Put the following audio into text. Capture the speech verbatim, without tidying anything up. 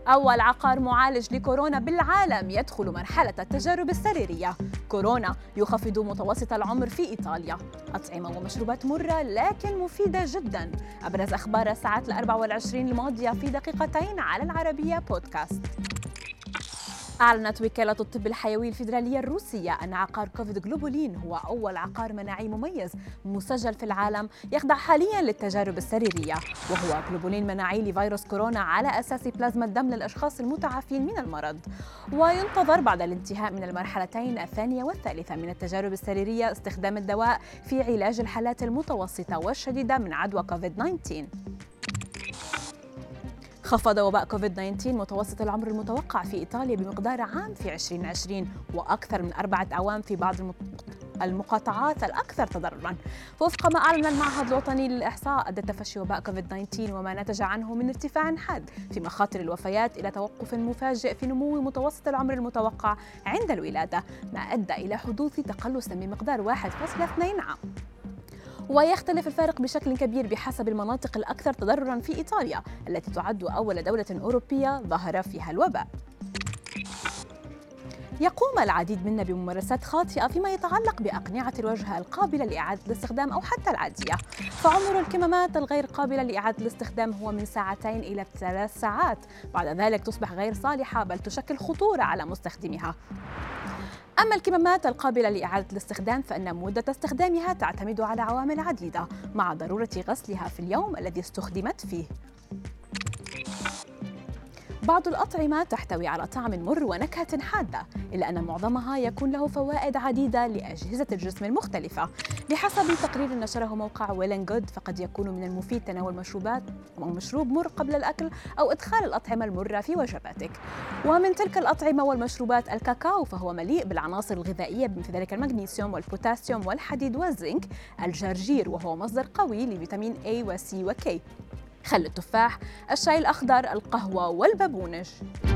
أول عقار معالج لكورونا بالعالم يدخل مرحلة التجارب السريرية. كورونا يخفض متوسط العمر في إيطاليا. أطعمة ومشروبات مرة لكن مفيدة جداً. أبرز أخبار الساعات الأربع والعشرين الماضية في دقيقتين على العربية بودكاست. أعلنت وكالة الطب الحيوي الفيدرالية الروسية أن عقار كوفيد جلوبولين هو أول عقار مناعي مميز مسجل في العالم يخضع حالياً للتجارب السريرية، وهو جلوبولين مناعي لفيروس كورونا على أساس بلازما الدم للأشخاص المتعافين من المرض. وينتظر بعد الانتهاء من المرحلتين الثانية والثالثة من التجارب السريرية استخدام الدواء في علاج الحالات المتوسطة والشديدة من عدوى كوفيد تسعة عشر. خفض وباء كوفيد تسعة عشر متوسط العمر المتوقع في إيطاليا بمقدار عام في عشرين عشرين وأكثر من أربعة أعوام في بعض المقاطعات الأكثر تضرراً. وفق ما أعلن المعهد الوطني للإحصاء، أدى تفشي وباء كوفيد تسعة عشر وما نتج عنه من ارتفاع حاد في مخاطر الوفيات إلى توقف مفاجئ في نمو متوسط العمر المتوقع عند الولادة، ما أدى إلى حدوث تقلص بمقدار واحد فاصلة اثنين عام. ويختلف الفارق بشكل كبير بحسب المناطق الأكثر تضرراً في إيطاليا التي تعد أول دولة أوروبية ظهر فيها الوباء. يقوم العديد منا بممارسات خاطئة فيما يتعلق بأقنعة الوجه القابلة لإعادة الاستخدام أو حتى العادية. فعمر الكمامات الغير قابلة لإعادة الاستخدام هو من ساعتين إلى ثلاث ساعات، بعد ذلك تصبح غير صالحة بل تشكل خطورة على مستخدمها. أما الكمامات القابلة لإعادة الاستخدام فإن مدة استخدامها تعتمد على عوامل عديدة مع ضرورة غسلها في اليوم الذي استخدمت فيه. بعض الأطعمة تحتوي على طعم مر ونكهة حادة، إلا أن معظمها يكون له فوائد عديدة لأجهزة الجسم المختلفة. بحسب تقرير نشره موقع ويل جود، فقد يكون من المفيد تناول مشروبات أو مشروب مر قبل الأكل أو إدخال الأطعمة المرة في وجباتك. ومن تلك الأطعمة والمشروبات الكاكاو، فهو مليء بالعناصر الغذائية مثل ذلك المغنيسيوم والبوتاسيوم والحديد والزنك. الجرجير وهو مصدر قوي لفيتامين A و C و K. خل التفاح، الشاي الأخضر، القهوة والبابونج.